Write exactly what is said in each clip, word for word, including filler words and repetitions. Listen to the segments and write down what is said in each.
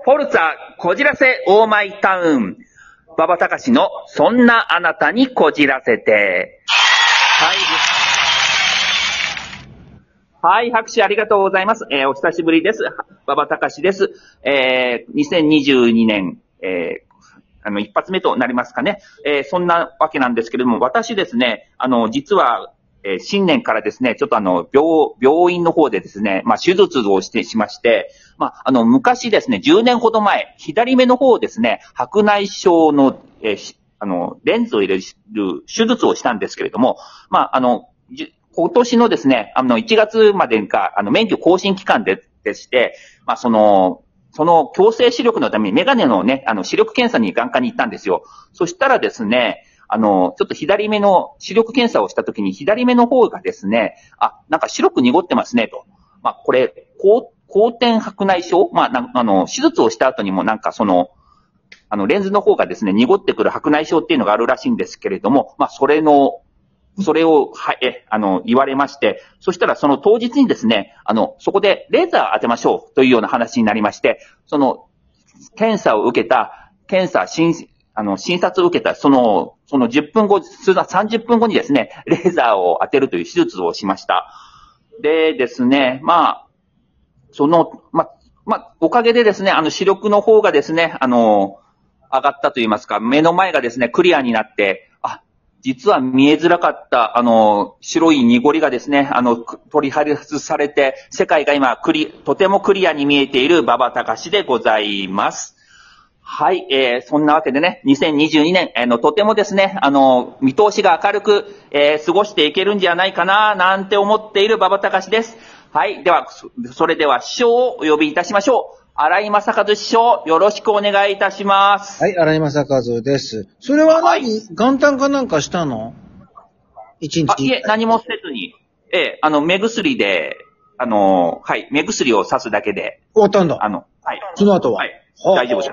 フォルツァこじらせオーマイタウン。馬場隆のそんなあなたにこじらせて。はい。はい、拍手ありがとうございます。えー、お久しぶりです。馬場隆です。えー、にせんにじゅうにねん、えー、あの、一発目となりますかね。えー、そんなわけなんですけれども、私ですね、あの、実は、えー、新年からですね、ちょっとあの、病、病院の方でですね、まあ、手術をしてしまして、まあ、あの、昔ですね、じゅうねんほど前、左目の方ですね、白内障の、えー、あの、レンズを入れる手術をしたんですけれども、まあ、あの、今年のですね、あの、いちがつまでが、あの、免許更新期間で、でして、まあ、その、その矯正視力のためにメガネのね、あの、視力検査に眼科に行ったんですよ。そしたらですね、あの、ちょっと左目の視力検査をしたときに、左目の方がですね、あ、なんか白く濁ってますね、と。まあ、これ、後、後天白内障まあ、なあの、手術をした後にもなんかその、あの、レンズの方がですね、濁ってくる白内障っていうのがあるらしいんですけれども、まあ、それの、それを、はい、え、あの、言われまして、そしたらその当日にですね、あの、そこでレーザー当てましょうというような話になりまして、その、検査を受けた、検査、診、あの、診察を受けた、その、そのじゅっぷんご、さんじゅっぷんごにですね、レーザーを当てるという手術をしました。でですね、まあ、その、ま、ま、おかげでですね、あの、視力の方がですね、あの、上がったと言いますか、目の前がですね、クリアになって、あ、実は見えづらかった、あの、白い濁りがですね、あの、取り外されて、世界が今、クリ、とてもクリアに見えている馬場隆でございます。はい、えー、そんなわけでね、にせんにじゅうにねん、あの、とてもですね、あの、見通しが明るく、えー、過ごしていけるんじゃないかな、なんて思っている馬場隆です。はい、では、それでは師匠をお呼びいたしましょう。新井正和師匠、よろしくお願いいたします。 はい、新井正和です。それは何、はい、元旦かなんかしたの？一日。 あ、いえ、何もせずに、ええ、あの、目薬で、あの、はい、目薬をさすだけで。 終わったんだ。 あの、はい。 その後は。 はい。大丈夫です。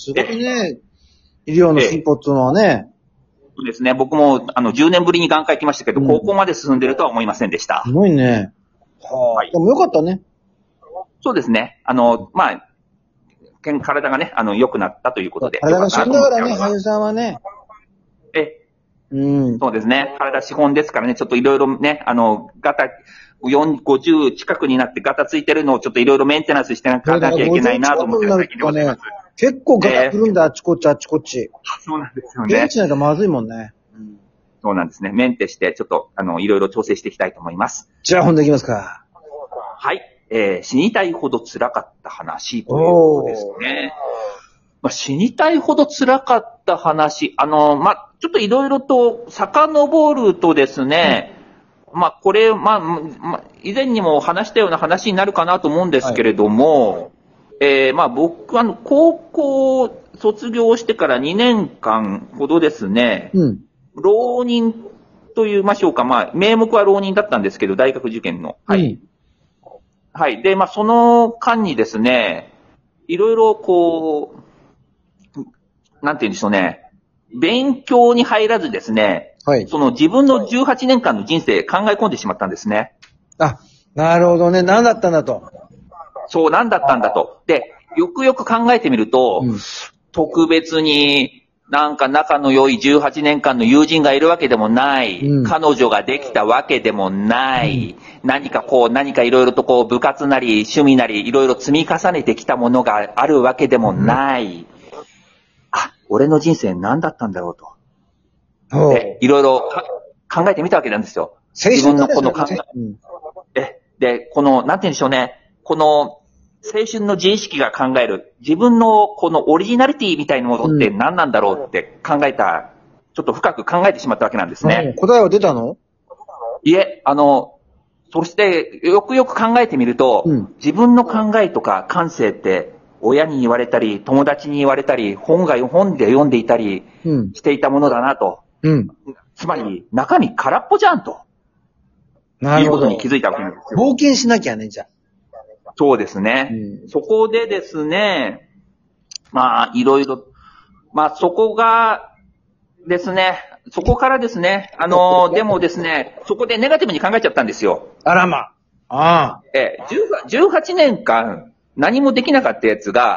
すごいね。医療の進歩っていうのはね。 そうですね。僕も、あの、じゅうねんぶりに眼科行きましたけど、うん、ここまで進んでるとは思いませんでした。 すごいね。はあ。でもよかったね。 そうですね。あの、まあ、体がね、あの、良くなったということで。 体が資本だからね、俳優さんはね。 え、 うん。 そうですね。体資本ですからね、ちょっといろいろね、あの、ガタ、ごじゅう近くになってガタついてるのをちょっといろいろメンテナンスしていかなきゃいけないなと思ってる最近でございます。 結構ガタくるんだ、あっちこっちあっちこっち。 そうなんですよね。 現地なんかまずいもんね。 うん、そうなんですね。メンテして、ちょっと、あの、いろいろ調整していきたいと思います。 じゃあ本題いきますか。 はい。えー、死にたいほど辛かった話ということですね。まあ、死にたいほど辛かった話。あの、まあ、ちょっといろいろと遡るとですね、うん、まあ、これ、まあ、まあ、以前にも話したような話になるかなと思うんですけれども、はい、えー、まあ、僕は高校卒業してからにねんかんほどですね、うん、浪人と言いましょうか、まあ、名目は浪人だったんですけど、大学受験の。はい。うん、はい。で、まあ、その間にですね、いろいろこう、なんて言うんでしょうね、勉強に入らずですね、はい。その自分のじゅうはちねんかんの人生考え込んでしまったんですね。 あ、なるほどね。何だったんだと。 そう、何だったんだと。で、よくよく考えてみると、うん、特別になんか仲の良いじゅうはちねんかんの友人がいるわけでもない、うん、彼女ができたわけでもない、うん、何かこう、何かいろいろとこう、部活なり趣味なりいろいろ積み重ねてきたものがあるわけでもない、うん、あ、俺の人生何だったんだろうと。で、いろいろ考えてみたわけなんですよ。自分のこの考え、うん、え、で、この、なんて言うんでしょうね、この、青春の自意識が考える、自分のこのオリジナリティみたいなものって何なんだろうって考えた、ちょっと深く考えてしまったわけなんですね。 うん、答えは出たの？ いえ、あの、そしてよくよく考えてみると、うん、自分の考えとか感性って親に言われたり、友達に言われたり、本が本で読んでいたりしていたものだなと。うん、つまり中身空っぽじゃんと。なるほど。いうことに気づいたわけなんですよ。 冒険しなきゃね、じゃあ。 そうですね。うん、そこでですね、まあ、いろいろ、まあ、そこがですね、そこからですね、あの、でもですね、そこでネガティブに考えちゃったんですよ。 あらま。ああ。 え、じゅうはちねんかん何もできなかったやつが、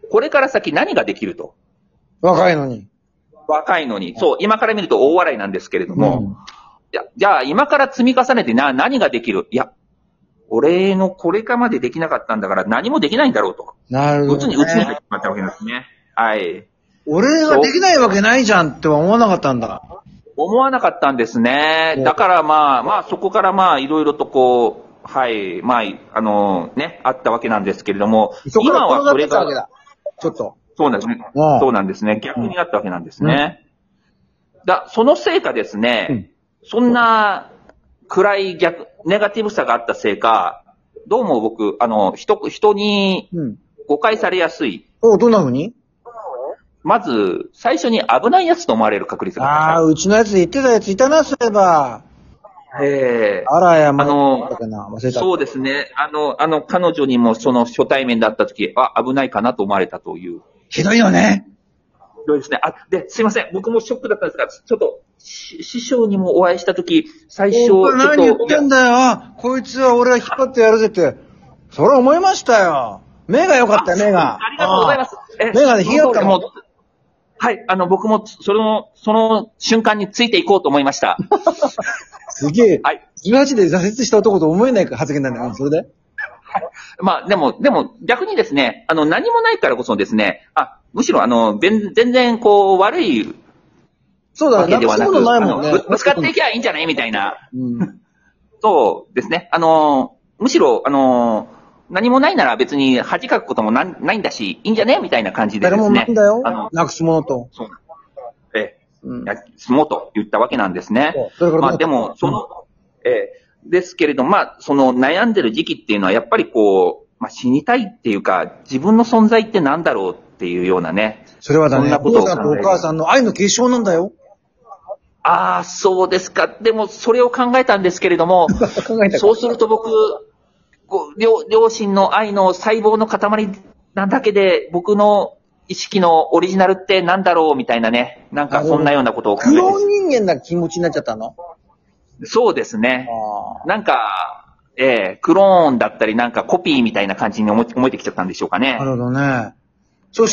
これから先何ができると。 若いのに。 若いのに。そう、今から見ると大笑いなんですけれども、 うん、 いやじゃあ今から積み重ねてな、何ができる？いや、俺のこれかまでできなかったんだから何もできないんだろうと。 なるほど、ね。 うつに、うつに入ってしまったわけですね。はい。 俺ができないわけないじゃんっては思わなかったんだ。 思わなかったんですね。だからまあ、まあそこからまあいろいろとこう、はい、まあ、あのね、あったわけなんですけれども、今はそれが、 ちょっと。 そうなんですね。そうなんですね。逆になったわけなんですね。うん、だ、そのせいかですね、うん、そんな暗い逆、ネガティブさがあったせいか、どうも僕、あの、人、人に誤解されやすい。 うん、お、どんな風に？ まず、最初に危ないやつと思われる確率が高い。 ああ、うちのやつで言ってたやついたな、そういえば。 ええー。 あらや、まあの、 忘れた。 そうですね。あの、あの、彼女にもその初対面だった時、あ、危ないかなと思われたという。 ひどいよね。 ひどいですね。あ、で、すいません。僕もショックだったんですが、ちょっと、師匠にもお会いした時、最初、ちょっと。 何言ってんだよ。こいつは俺が引っ張ってやるぜって。それ思いましたよ。目が良かったよ、目が。 ありがとうございます。 え目がね、ひがったもん。 はい、あの、僕も、その、その瞬間についていこうと思いました。 すげえ。はい。じゅうはちで挫折した男と思えない発言なんだよ、それで。はい。 まあ、でも、でも、逆にですね、あの、何もないからこそですね、あ、むしろ、あの、全然、こう、悪い、 そうだね、 わけではなく、 ないもんね、 ぶつかっていけばいいんじゃないみたいな。うん、そうですね。あの、むしろ、あの、何もないなら別に恥かくこともなないんだし、いいんじゃねみたいな感じでですね。 誰もないんだよ。あの、なくすものと。 そう。ええ、うん、なくすものと言ったわけなんですね。そまあでも、その、ええ、ですけれど、まあ、その悩んでる時期っていうのはやっぱりこう、まあ死にたいっていうか、自分の存在ってなんだろうっていうようなね。 それはだね、お父さんとお母さんの愛の結晶なんだよ。 ああ、そうですか。でも、それを考えたんですけれども、考えたそうすると僕、両、両親の愛の細胞の塊なだけで、僕の意識のオリジナルってなんだろうみたいなね。なんかそんなようなことを考えて。 クローン人間な気持ちになっちゃったの？ そうですね。なんか、ええー、クローンだったりなんかコピーみたいな感じに思えてきちゃったんでしょうかね。 なるほどね。そして、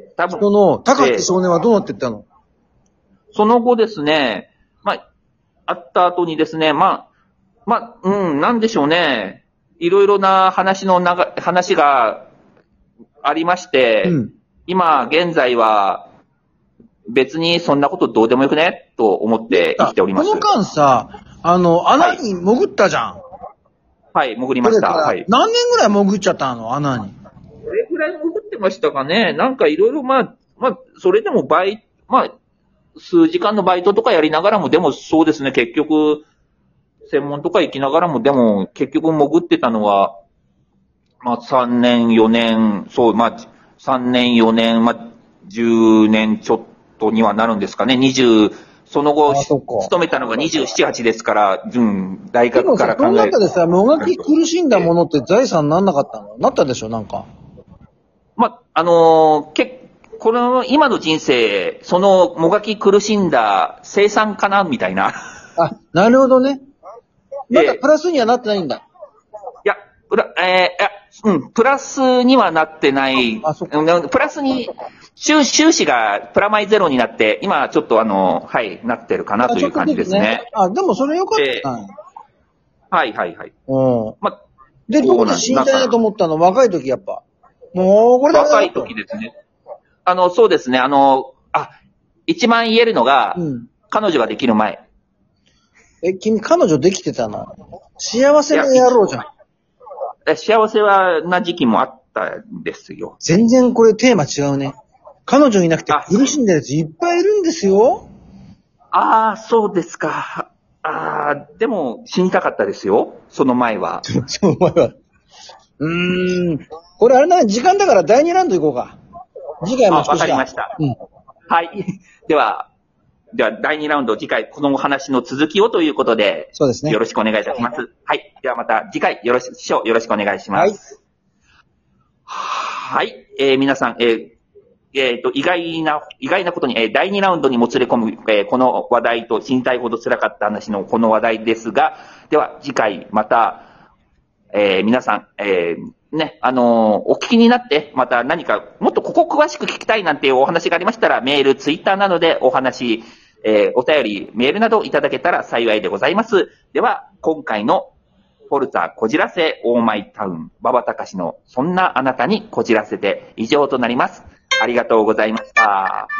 えー、多分その、高橋少年はどうなっていったの？ えー、その後ですね、まあ、会った後にですね、まあ、まあ、うん、なんでしょうね。いろいろな話のなが、話がありまして、うん、今現在は別にそんなことどうでもよくねと思って生きております。 この間さ、あの、穴に潜ったじゃん。 はい、はい、潜りました。はい。 何年ぐらい潜っちゃったの？穴に。 どれぐらい潜ってましたかね。なんかいろいろまあ、まあ、それでもバイ、まあ、数時間のバイトとかやりながらも、でもそうですね、結局、専門とか行きながらも、でも結局潜ってたのは、まあさんねん、よねん、そう、まあさんねん、よねん、まあじゅうねんちょっとにはなるんですかね。にじゅう、その後、勤めたのがにじゅうなな、はちですから、うん、大学から考える。 でもその中でさ、もがき苦しんだものって財産なんなかったの？なったでしょ、なんか。 まあ、あのー、け、この今の人生、そのもがき苦しんだ生産かなみたいな。 あ、なるほどね。まだプラスにはなってないんだ。 いや、プラ、えー、うん、プラスにはなってない。あ、そっか。プラスに、収、収支がプラマイゼロになって、今ちょっとあの、はい、なってるかなという感じですね。ねあ、でもそれよかった、えー。 はいはいはい。 うん。ま、で、どこで死にたいなと思ったの？若い時やっぱ。もう、これだ若い時ですね。あの、そうですね、あの、あ、一番言えるのが、うん、彼女ができる前。 え、君彼女できてたの？幸せな野郎じゃん。 幸せな時期もあったんですよ。 全然これテーマ違うね。彼女いなくて苦しんでるやついっぱいいるんですよ。 ああ、そうですか。ああ、でも死にたかったですよ。その前は。 その前は。うーん。これあれだね、時間だからだいにラウンド行こうか。次回も少しだ。 わかりました。うん。はい。では、では、だいにラウンド、次回、このお話の続きをということで、 そうですね。 よろしくお願いいたします。はい。ではまた次回、よろし、師匠、よろしくお願いします。はい。はい。えー、皆さん、えー、えっと、意外な、意外なことに、えー、だいにラウンドにもつれ込む、えー、この話題と死にたいほど辛かった話のこの話題ですが、では、次回、また、えー、皆さん、えー、 ね、あのーお聞きになって、また何か、もっとここ詳しく聞きたいなんていうお話がありましたら、メール、ツイッターなどでお話、えーお便り、メールなどいただけたら幸いでございます。では、今回のフォルツァこじらせオーマイタウン、馬場隆のそんなあなたにこじらせて以上となります。ありがとうございました。